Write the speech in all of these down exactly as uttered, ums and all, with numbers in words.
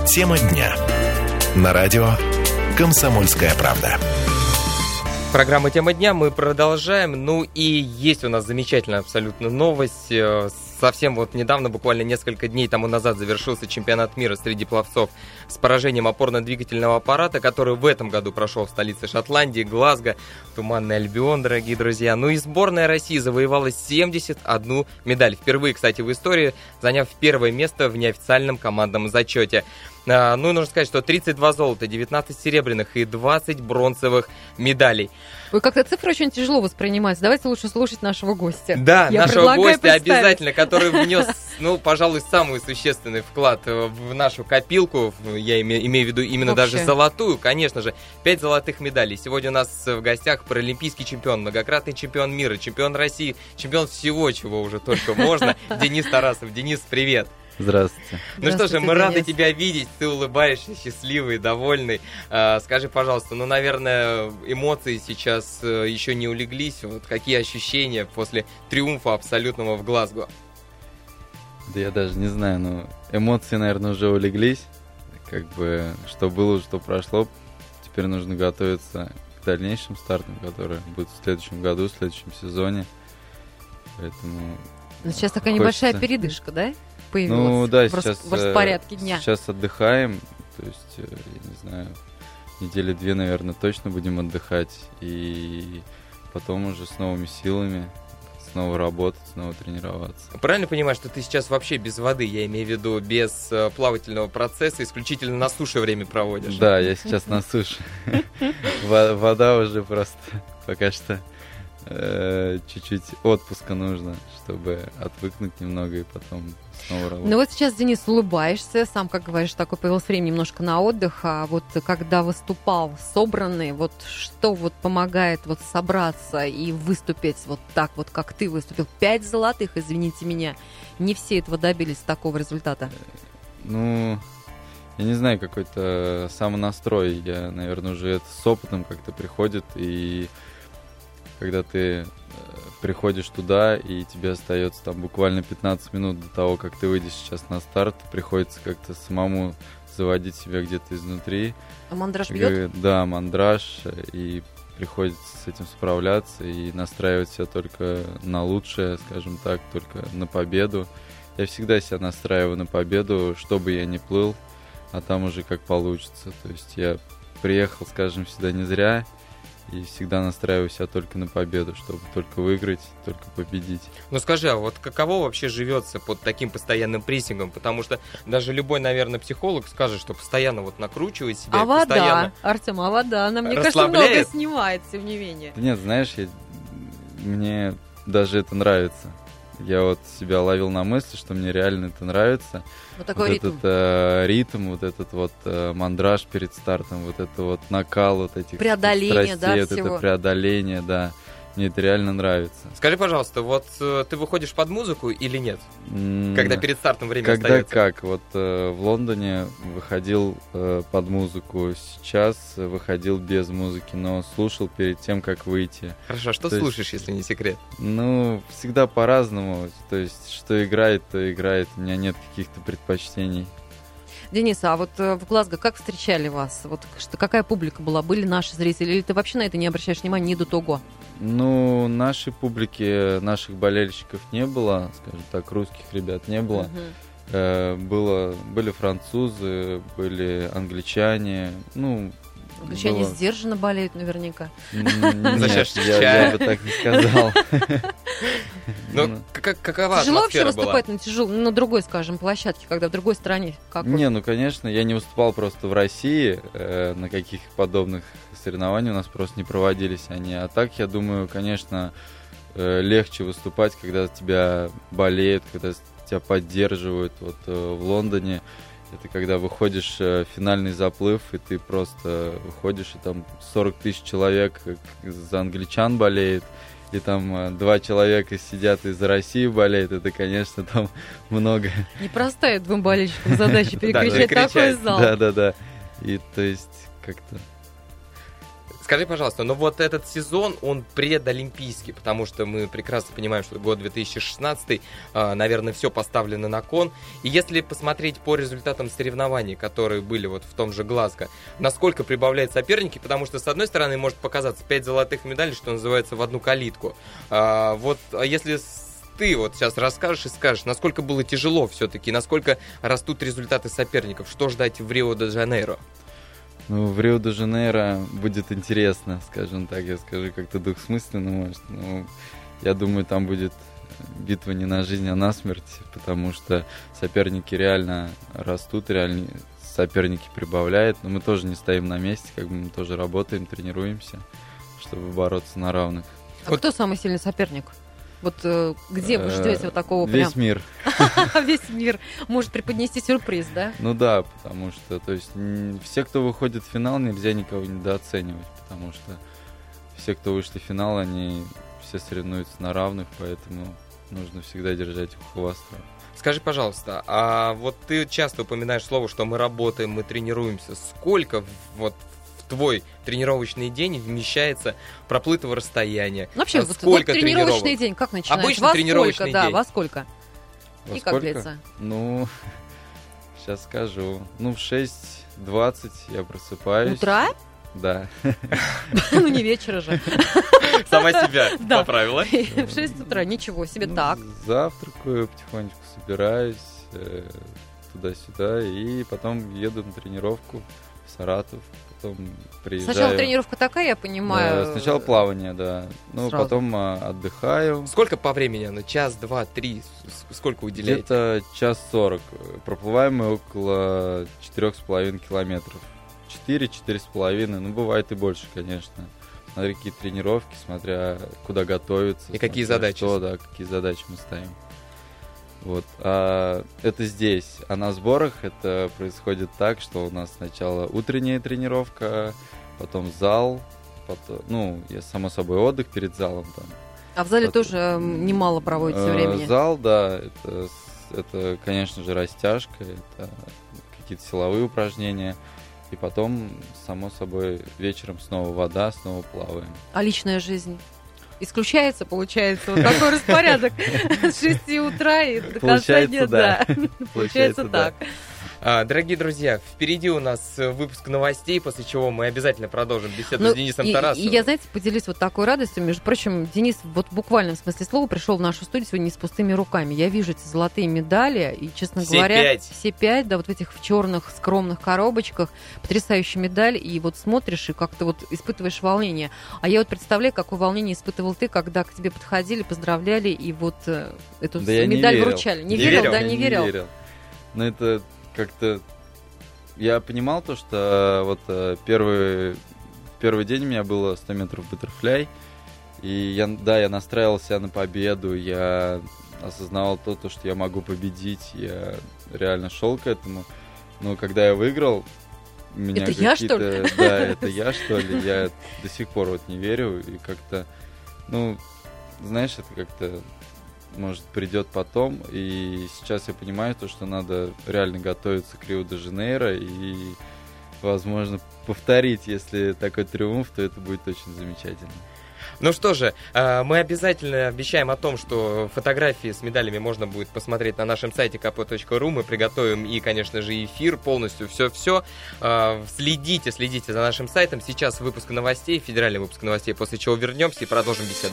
Тема дня. На радио «Комсомольская правда». Программа «Тема дня». Мы продолжаем. Ну и есть у нас замечательная абсолютно новость. Совсем вот недавно, буквально несколько дней тому назад, завершился чемпионат мира среди пловцов с поражением опорно-двигательного аппарата, который в этом году прошел в столице Шотландии, Глазго, Туманный Альбион, дорогие друзья. Ну и сборная России завоевала семьдесят одну медаль. Впервые, кстати, в истории, заняв первое место в неофициальном командном зачете. Ну, нужно сказать, что тридцать два золота, девятнадцать серебряных и двадцать бронзовых медалей. Ой, как-то цифры очень тяжело воспринимаются. Давайте лучше слушать нашего гостя. Да, Я нашего гостя обязательно, который внес, ну, пожалуй, самый существенный вклад в нашу копилку. Я имею, имею в виду именно Вообще. даже золотую, конечно же. Пять золотых медалей. Сегодня у нас в гостях паралимпийский чемпион, многократный чемпион мира, чемпион России, чемпион всего, чего уже только можно. Денис Тарасов. Денис, привет. Здравствуйте. Ну что же, мы Денис. рады тебя видеть, ты улыбаешься, счастливый, довольный. А, скажи, пожалуйста, ну, наверное, эмоции сейчас еще не улеглись. Вот какие ощущения после триумфа абсолютного в Глазго? Да я даже не знаю, но эмоции, наверное, уже улеглись. Как бы, что было, что прошло. Теперь нужно готовиться к дальнейшим стартам, которые будут в следующем году, в следующем сезоне. Поэтому... Но сейчас такая хочется... небольшая передышка, да? Появилась ну да, в, сейчас, в распорядке дня. Сейчас отдыхаем, то есть, я не знаю, недели две, наверное, точно будем отдыхать, и потом уже с новыми силами снова работать, снова тренироваться. Правильно понимаю, что ты сейчас вообще без воды, я имею в виду без э, плавательного процесса, исключительно на суше время проводишь? Да, я сейчас на суше. Вода уже просто пока что... чуть-чуть отпуска нужно, чтобы отвыкнуть немного и потом снова работать. Ну вот сейчас, Денис, улыбаешься, сам, как говоришь, такое появилось время немножко на отдых, а вот когда выступал собранный, вот что вот помогает вот собраться и выступить вот так вот, как ты выступил? Пять золотых, извините меня, не все этого добились такого результата. Ну, я не знаю, какой-то самонастрой, я, наверное, уже это с опытом как-то приходит, и когда ты э, приходишь туда, и тебе остается там буквально пятнадцать минут до того, как ты выйдешь сейчас на старт, приходится как-то самому заводить себя где-то изнутри. А мандраж бьет? Да, мандраж, и приходится с этим справляться и настраивать себя только на лучшее, скажем так, только на победу. Я всегда себя настраиваю на победу, что бы я ни плыл, а там уже как получится. То есть я приехал, скажем, сюда не зря, и всегда настраиваю себя только на победу, чтобы только выиграть, только победить. Ну скажи, а вот каково вообще живется под таким постоянным прессингом? Потому что даже любой, наверное, психолог скажет, что постоянно вот накручивает себя. А вода, постоянно Артем, а вода, она, мне кажется, много снимает, тем не менее. Да нет, знаешь, я... мне даже это нравится. Я вот себя ловил на мысли, что мне реально это нравится. Вот такой вот ритм. Этот э, ритм, вот этот вот э, мандраж перед стартом, вот это вот накал вот этих преодоление, страстей, да, вот всего. это преодоление, да. Мне это реально нравится. Скажи, пожалуйста, вот э, ты выходишь под музыку или нет? М- Когда перед стартом время Когда остается? как? Вот э, в Лондоне выходил э, под музыку, сейчас выходил без музыки, но слушал перед тем, как выйти. Хорошо, а что то слушаешь, есть, если не секрет? Ну, всегда по-разному. То есть, что играет, то играет. У меня нет каких-то предпочтений. Денис, а вот в Глазго как встречали вас? Вот что, какая публика была? Были наши зрители? Или ты вообще на это не обращаешь внимания ни до того? Ну, нашей публики, наших болельщиков не было, скажем так, русских ребят не было. Uh-huh. Э, было были французы, были англичане, ну... Англичане было... сдержанно болеют наверняка. Нет, я бы так не сказал. Ну, какова Тяжело вообще атмосфера была? выступать на тяжелой, на другой, скажем, площадке, когда в другой стране? Не, ну, конечно, я не выступал просто в России, на каких подобных соревнований у нас просто не проводились они. А так, я думаю, конечно, легче выступать, когда тебя болеют, когда тебя поддерживают. Вот в Лондоне это когда выходишь в финальный заплыв, и ты просто выходишь, и там сорок тысяч человек за англичан болеет, и там два человека сидят из России болеют, это, конечно, там много. Непростая двум болельщикам задача перекричать такой зал. Да-да-да. И то есть как-то... Скажи, пожалуйста, но вот этот сезон, он предолимпийский, потому что мы прекрасно понимаем, что год две тысячи шестнадцатый, наверное, все поставлено на кон. И если посмотреть по результатам соревнований, которые были вот в том же Глазго, насколько прибавляют соперники, потому что, с одной стороны, может показаться пять золотых медалей, что называется, в одну калитку. А вот если ты вот сейчас расскажешь и скажешь, насколько было тяжело все-таки, насколько растут результаты соперников, что ждать в Рио-де-Жанейро? Ну, в Рио-де-Жанейро будет интересно, скажем так, я скажу как-то двухсмысленно, может. Ну, я думаю, там будет битва не на жизнь, а на смерть, потому что соперники реально растут, реально соперники прибавляют, но мы тоже не стоим на месте, как бы мы тоже работаем, тренируемся, чтобы бороться на равных. А вот кто самый сильный соперник? Вот э, где вы ждете вот такого Весь прям... мир. Весь мир может преподнести сюрприз, да? Ну да, потому что, то есть, все, кто выходит в финал, нельзя никого недооценивать, потому что все, кто вышли в финал, они все соревнуются на равных, поэтому нужно всегда держать ухо востро. Скажи, пожалуйста, а вот ты часто упоминаешь слово, что мы работаем, мы тренируемся. Сколько вот твой тренировочный день вмещается проплытого расстояния? Ну, вообще, вот, сколько вот тренировочный тренировок? день как начинается? Обычно во тренировочный сколько, день. Да, во сколько? Во И сколько? как длится? Ну, сейчас скажу. Ну, в шесть двадцать я просыпаюсь. Утра? Да. Ну, не вечера же. Сама себя Да. поправила. В шесть утра, ничего себе, Ну, так. Завтракаю, потихонечку собираюсь э, туда-сюда, и потом еду на тренировку в Саратов, потом приезжаю. Сначала тренировка такая, я Да, понимаю. сначала плавание, да. Ну, Сразу. потом а, отдыхаю. Сколько по времени оно? Час, два, три? С- Сколько уделяете? Где-то час сорок. Проплываем мы около четырех с половиной километров. Четыре, четыре с половиной. Ну, бывает и больше, конечно. Смотря какие тренировки, смотря куда готовиться. И какие смотря задачи. Что, да, какие задачи мы ставим. Вот. А это здесь. А на сборах это происходит так, что у нас сначала утренняя тренировка, потом зал, потом, ну, я, само собой, отдых перед залом там. А в зале Потом- тоже м, немало проводите Э, времени. Зал, да, это, с- это, конечно же, растяжка, это какие-то силовые упражнения. И потом, само собой, вечером снова вода, снова плаваем. А личная жизнь? Исключается, получается, вот такой распорядок с шести утра и до конца Получается, дня, да. да. Получается да. так. А, дорогие друзья, впереди у нас выпуск новостей, после чего мы обязательно продолжим беседу Ну, с Денисом и, Тарасовым. и я, знаете, поделюсь вот такой радостью. Между прочим, Денис вот в буквальном смысле слова пришел в нашу студию сегодня не с пустыми руками. Я вижу эти золотые медали, и, честно Все говоря, пять. все пять, да, вот в этих в черных скромных коробочках, потрясающая медаль, и вот смотришь и как-то вот испытываешь волнение. А я вот представляю, какое волнение испытывал ты, когда к тебе подходили, поздравляли, и вот э, эту Да я не медаль верил. вручали. Не, Не верил, верил? да, Я не верил. Но это как-то... Я понимал то, что вот э, первый, первый день у меня было сто метров баттерфляй, и я, да, я настраивал себя на победу, я осознавал то, то, что я могу победить, я реально шел к этому, но когда я выиграл, у меня Это я, что какие-то- ли? Да, это я, что ли, я до сих пор вот не верю, и как-то, ну, знаешь, это как-то... может, придет потом, и сейчас я понимаю то, что надо реально готовиться к Рио-де-Жанейро и, возможно, повторить, если такой триумф, то это будет очень замечательно. Ну что же, э, мы обязательно обещаем о том, что фотографии с медалями можно будет посмотреть на нашем сайте ка пэ точка ру. Мы приготовим и, конечно же, эфир полностью, все-все. Э, Следите, следите за нашим сайтом. Сейчас выпуск новостей, федеральный выпуск новостей, после чего вернемся и продолжим беседу.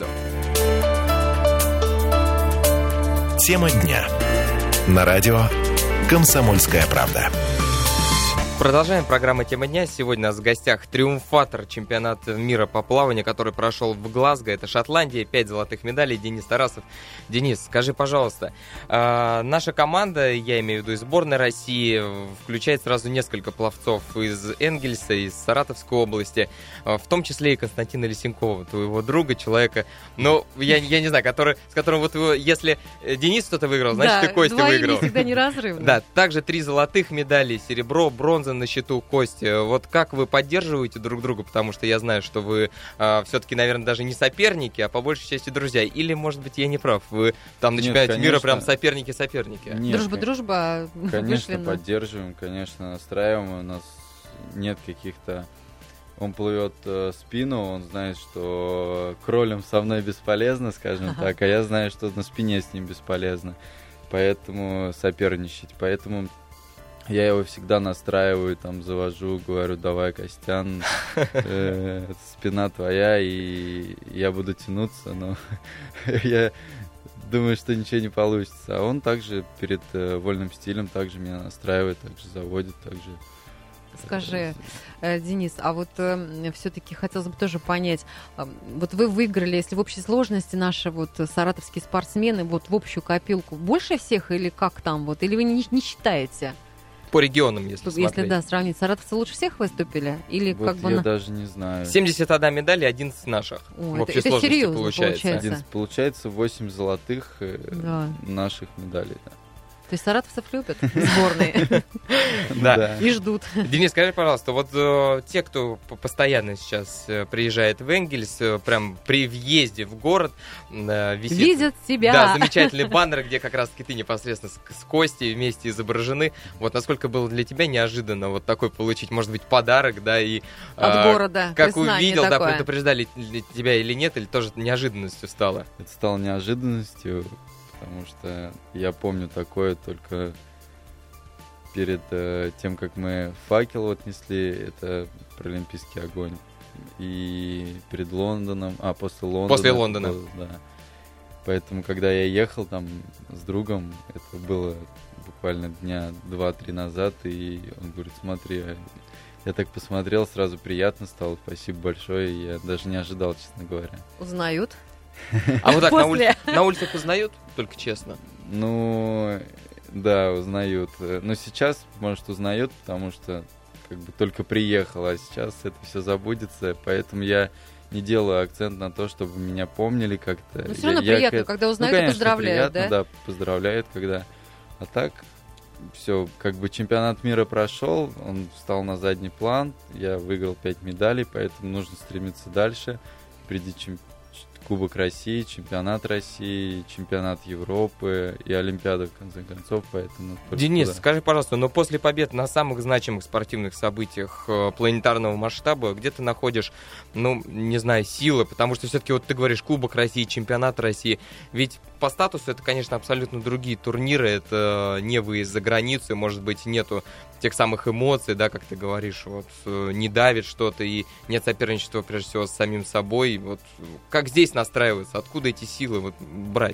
Тема дня. На радио «Комсомольская правда». Продолжаем программу «Тема дня». Сегодня у нас в гостях триумфатор чемпионата мира по плаванию, который прошел в Глазго. Это Шотландия. Пять золотых медалей. Денис Тарасов. Денис, скажи, пожалуйста, э, наша команда, я имею в виду и сборная России, включает сразу несколько пловцов из Энгельса, из Саратовской области, э, в том числе и Константина Лисенкова, твоего друга, человека, ну, я, я не знаю, который, с которым вот вы, если Денис кто-то выиграл, значит, Да, и Костя двоими выиграл. всегда неразрывно. Да, также три золотых медали, серебро, бронза на счету, Костя. Вот как вы поддерживаете друг друга, потому что я знаю, что вы э, все-таки, наверное, даже не соперники, а по большей части друзья. Или, может быть, я не прав, вы там на Нет, чемпионате мира конечно. прям соперники-соперники. Нет, Дружба, кон- дружба. вышли Конечно, на- поддерживаем, конечно, настраиваем. У нас нет каких-то он плывет э, спину, он знает, что кролем со мной бесполезно, скажем ага. так, а я знаю, что на спине с ним бесполезно. Поэтому соперничать. Поэтому я его всегда настраиваю, там, завожу, говорю, давай, Костян, э, спина твоя, и я буду тянуться, но я думаю, что ничего не получится. А он также перед э, вольным стилем также меня настраивает, также заводит, также... Скажи, э, Денис, а вот э, все-таки хотелось бы тоже понять, э, вот вы выиграли, если в общей сложности наши вот саратовские спортсмены вот в общую копилку больше всех или как там вот, или вы не, не считаете? По регионам, если если, смотреть. Если, да, сравнить, саратовцы лучше всех выступили? Или вот как бы я на... даже не знаю. семьдесят одна медаль и одиннадцать наших. О, в общей это, сложности это серьезно получается. получается. одиннадцать, получается восемь золотых э, да. наших медалей. Да. То есть саратовцев любят сборные Да. и ждут. Денис, скажи, пожалуйста, вот э, те, кто постоянно сейчас э, приезжает в Энгельс, э, прям при въезде в город э, висит... Видят тебя. Да, замечательный баннер, где как раз-таки ты непосредственно с, с Костей вместе изображены. Вот насколько было для тебя неожиданно вот такой получить, может быть, подарок, да, и... От э, города. Как признание увидел, да, такое. предупреждали ли тебя или нет, или тоже неожиданностью стало? Это стало неожиданностью, потому что я помню такое только перед э, тем, как мы факел вот несли, это паралимпийский огонь. И перед Лондоном, а после Лондона. После Лондона. Был, да. Поэтому, когда я ехал там с другом, это было буквально дня два-три назад, и он говорит, смотри, я так посмотрел, сразу приятно стало, спасибо большое, я даже не ожидал, честно говоря. Узнают? А вот так на, После. улице, на улицах узнают, только честно? Ну, да, узнают. Но сейчас, может, узнают, потому что как бы только приехал, а сейчас это все забудется, поэтому я не делаю акцент на то, чтобы меня помнили как-то. Но все равно я, приятно, я, когда узнают ну, и конечно, поздравляют, приятно, да? да, поздравляют, когда... А так, все, как бы чемпионат мира прошел, он встал на задний план, я выиграл пять медалей, поэтому нужно стремиться дальше. Впереди чем... Кубок России, чемпионат России, чемпионат Европы и Олимпиада, в конце концов, поэтому... Денис, туда. скажи, пожалуйста, но после побед на самых значимых спортивных событиях э, планетарного масштаба, где ты находишь, ну, не знаю, силы, потому что все-таки вот ты говоришь Кубок России, чемпионат России, ведь по статусу это, конечно, абсолютно другие турниры, это не выезд за границу, может быть, нету тех самых эмоций, да, как ты говоришь, вот, э, не давит что-то и нет соперничества, прежде всего, с самим собой, вот, как здесь настраиваться, откуда эти силы вот брать?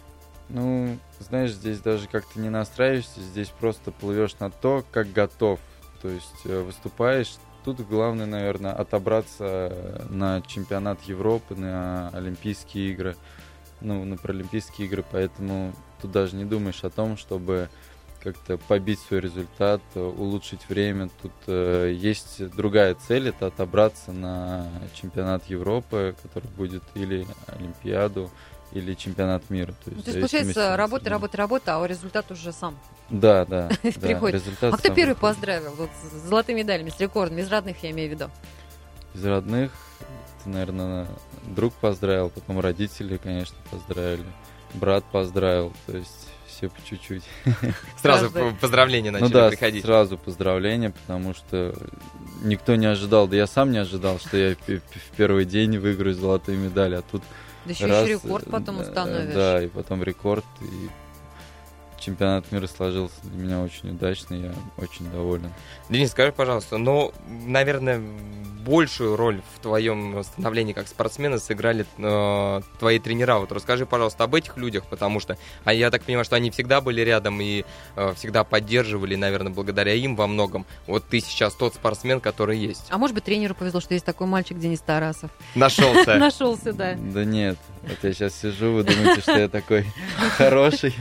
Ну, знаешь, здесь даже как-то не настраиваешься, здесь просто плывешь на то, как готов. То есть э, выступаешь. Тут главное, наверное, отобраться на чемпионат Европы, на Олимпийские игры, ну, на Паралимпийские игры. Поэтому тут даже не думаешь о том, чтобы как-то побить свой результат, улучшить время. Тут э, есть другая цель, это отобраться на чемпионат Европы, который будет или Олимпиаду, или чемпионат мира. То есть, ну, то есть получается, работа, работа, работа, а результат уже сам. Да, да. Приходит. А кто первый поздравил? Вот с золотыми медалями, с рекордами, из родных я имею в виду. Из родных, это, наверное, друг поздравил, потом родители, конечно, поздравили, брат поздравил, то есть все по чуть-чуть. Сразу Каждый. Поздравления начали ну да, приходить. Сразу поздравления, потому что никто не ожидал, да я сам не ожидал, что я в первый день выиграю золотые медали, а тут да еще, раз, еще рекорд потом установишь. Да, и потом рекорд, и чемпионат мира сложился для меня очень удачно, я очень доволен. Денис, скажи, пожалуйста, ну, наверное, большую роль в твоем становлении как спортсмена сыграли э, твои тренера. Вот расскажи, пожалуйста, об этих людях, потому что а я так понимаю, что они всегда были рядом и э, всегда поддерживали, наверное, благодаря им во многом. Вот ты сейчас тот спортсмен, который есть. А может быть, тренеру повезло, что есть такой мальчик Денис Тарасов. Нашелся. Нашелся, да. Да нет, вот я сейчас сижу, вы думаете, что я такой хороший.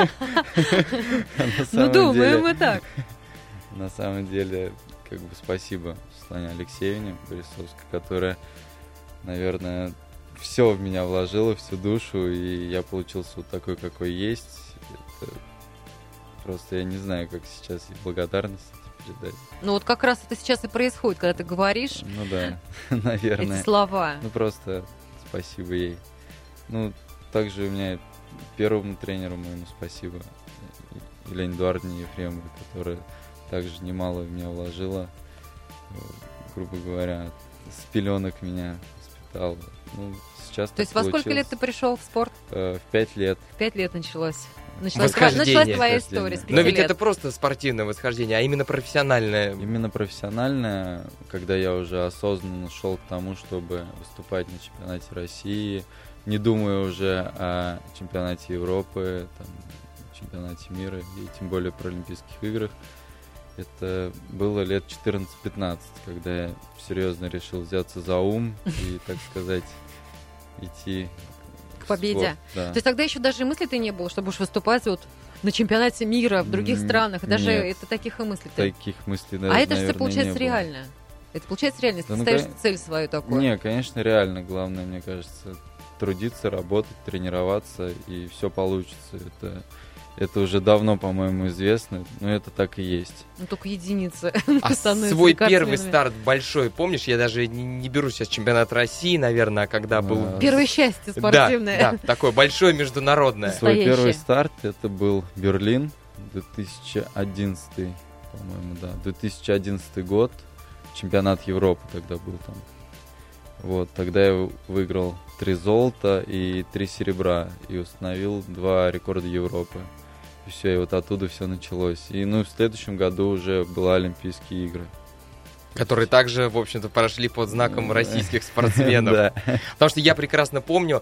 Ну, думаем мы так. На самом деле, как бы спасибо Светлане Алексеевне Борисовской, которая, наверное, все в меня вложила, всю душу, и я получился вот такой, какой есть. Это просто я не знаю, как сейчас ей благодарность передать. Ну вот как раз это сейчас и происходит, когда ты говоришь ну, да, наверное. эти слова. Ну просто спасибо ей. Ну, также у меня первому тренеру моему спасибо, Елене Эдуардовне Ефремовой, которая также немало в меня вложила, грубо говоря, с пеленок меня воспитал. Ну, сейчас То есть во сколько лет ты пришел в спорт? В пять лет. В пять лет началось. Началась, Восхождение. началась твоя история с пяти Но ведь лет. это просто спортивное восхождение, а именно профессиональное. Именно профессиональное, когда я уже осознанно шел к тому, чтобы выступать на чемпионате России, не думая уже о чемпионате Европы, там, чемпионате мира и тем более паралимпийских играх. Это было лет четырнадцать-пятнадцать, когда я серьезно решил взяться за ум и, так сказать, идти к победе. Да. То есть тогда еще даже и мысли-то не было, чтобы уж выступать вот на чемпионате мира в других М, странах. Даже нет. это таких и мыслей. Таких мыслей даже, А это же наверное, получается не было. реально. Это получается реально, если Да, ты ну, ставишь кон- цель свою такую. Не, конечно, реально. Главное, мне кажется, трудиться, работать, тренироваться, и все получится. Это, это уже давно, по-моему, известно, но это так и есть. Ну только единицы. А становятся свой рекордсменами. первый старт большой, помнишь, я даже не, не беру сейчас чемпионат России, наверное, а когда был... А, Первое счастье Да, спортивное. да, такое большое международное. Свой Настоящее. первый старт это был Берлин, две тысячи одиннадцатый, по-моему, да, две тысячи одиннадцатый год, чемпионат Европы тогда был там. Вот, тогда я выиграл три золота и три серебра и установил два рекорда Европы. И все, и вот оттуда все началось. И ну в следующем году уже были Олимпийские игры. Которые также, в общем-то, прошли под знаком российских спортсменов. Да. Потому что я прекрасно помню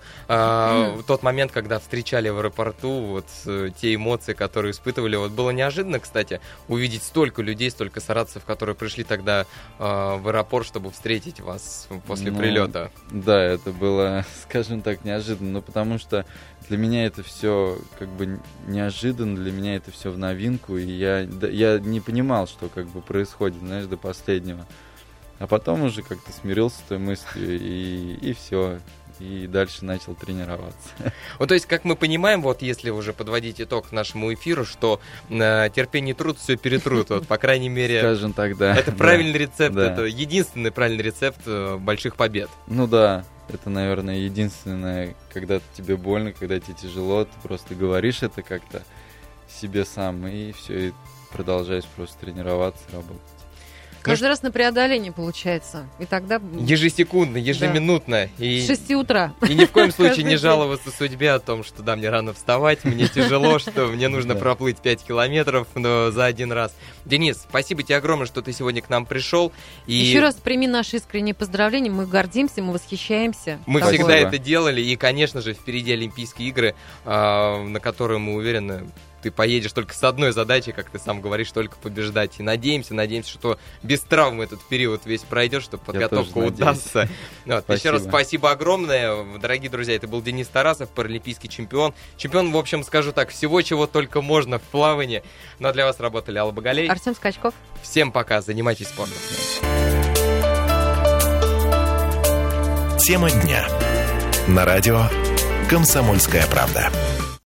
э, тот момент, когда встречали в аэропорту, вот э, те эмоции, которые испытывали. Вот было неожиданно, кстати, увидеть столько людей, столько саратовцев, которые пришли тогда э, в аэропорт, чтобы встретить вас после Ну, прилета. Да, это было, скажем так, неожиданно, но потому что для меня это все как бы неожиданно, для меня это все в новинку, и я, да, я не понимал, что как бы происходит, знаешь, до последнего. А потом уже как-то смирился с той мыслью, и, и все. И дальше начал тренироваться. Вот, то есть, как мы понимаем, вот если уже подводить итог нашему эфиру, что э, терпение и труд все перетрут, вот, по крайней мере, Скажем так, да. это Да. правильный рецепт, Да. это единственный правильный рецепт э, больших побед. Ну да, это, наверное, единственное, когда тебе больно, когда тебе тяжело, ты просто говоришь это как-то себе сам, и все, и продолжаешь просто тренироваться, работать. Каждый раз на преодоление получается. И тогда Ежесекундно, ежеминутно. И... с шести утра. И ни в коем случае Каждый не день. жаловаться судьбе о том, что да, мне рано вставать, мне тяжело, что мне нужно Да. проплыть пять километров но за один раз. Денис, спасибо тебе огромное, что ты сегодня к нам пришел. И Еще раз прими наши искренние поздравления. Мы гордимся, мы восхищаемся. мы тобой. всегда Спасибо. это делали, и, конечно же, впереди Олимпийские игры, а, на которые, мы уверены, ты поедешь только с одной задачей, как ты сам говоришь, только побеждать. И надеемся, надеемся, что без травм этот период весь пройдет, что подготовка тоже удастся. Вот. Еще раз Спасибо. спасибо огромное. Дорогие друзья, это был Денис Тарасов, паралимпийский чемпион. Чемпион, в общем, скажу так, всего, чего только можно в плавании. Но для вас работали Алла Багалей. Артем Скачков. Всем пока, занимайтесь спортом. Тема дня. На радио «Комсомольская правда».